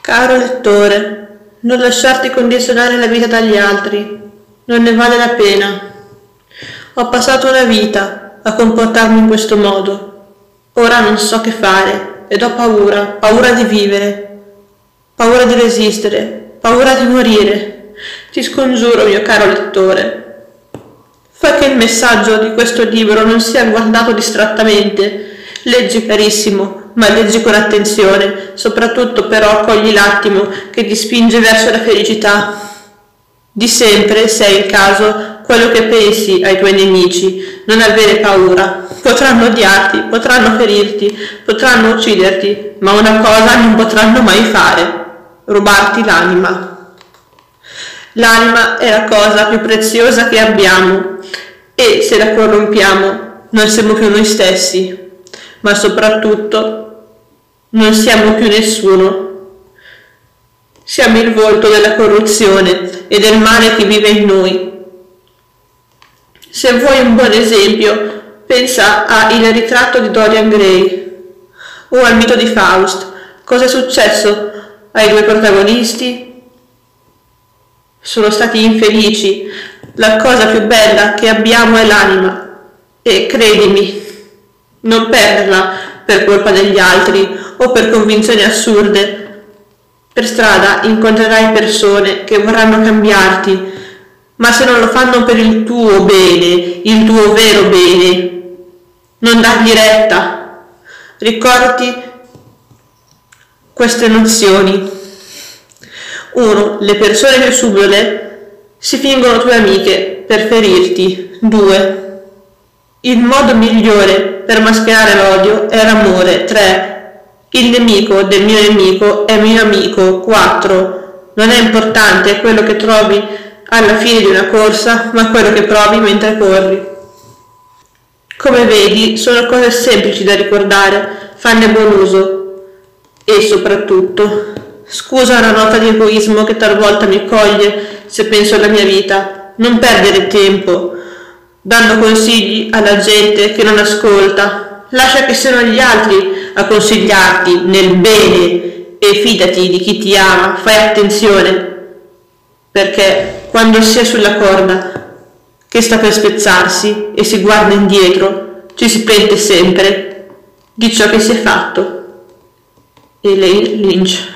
Caro lettore, non lasciarti condizionare la vita dagli altri, non ne vale la pena. Ho passato una vita a comportarmi in questo modo. Ora non so che fare ed ho paura di vivere, paura di resistere, paura di morire. Ti scongiuro, mio caro lettore, fa che il messaggio di questo libro non sia guardato distrattamente. Leggi carissimo, ma leggi con attenzione, soprattutto però cogli l'attimo che ti spinge verso la felicità. Di sempre, se è il caso, quello che pensi ai tuoi nemici, non avere paura. Potranno odiarti, potranno ferirti, potranno ucciderti, ma una cosa non potranno mai fare: rubarti l'anima. L'anima è la cosa più preziosa che abbiamo e se la corrompiamo non siamo più noi stessi, ma soprattutto non siamo più nessuno. Siamo il volto della corruzione e del male che vive in noi. Se vuoi un buon esempio, pensa a Il ritratto di Dorian Gray o al mito di Faust. Cosa è successo ai due protagonisti? Sono stati infelici. La cosa più bella che abbiamo è l'anima e credimi, non perderla per colpa degli altri o per convinzioni assurde. Per strada incontrerai persone che vorranno cambiarti, ma se non lo fanno per il tuo bene, il tuo vero bene, non dargli retta. Ricordati queste nozioni. 1. Le persone più subdole si fingono tue amiche per ferirti. 2. Il modo migliore per mascherare l'odio è l'amore. 3. Il nemico del mio nemico è mio amico. 4. Non è importante quello che trovi alla fine di una corsa, ma quello che provi mentre corri. Come vedi, sono cose semplici da ricordare, fanne buon uso. E soprattutto, scusa una nota di egoismo che talvolta mi coglie se penso alla mia vita, non perdere tempo dando consigli alla gente che non ascolta. Lascia che siano gli altri a consigliarti nel bene e fidati di chi ti ama. Fai attenzione, perché quando si è sulla corda che sta per spezzarsi e si guarda indietro, ci si pente sempre di ciò che si è fatto. Elaine Lynch.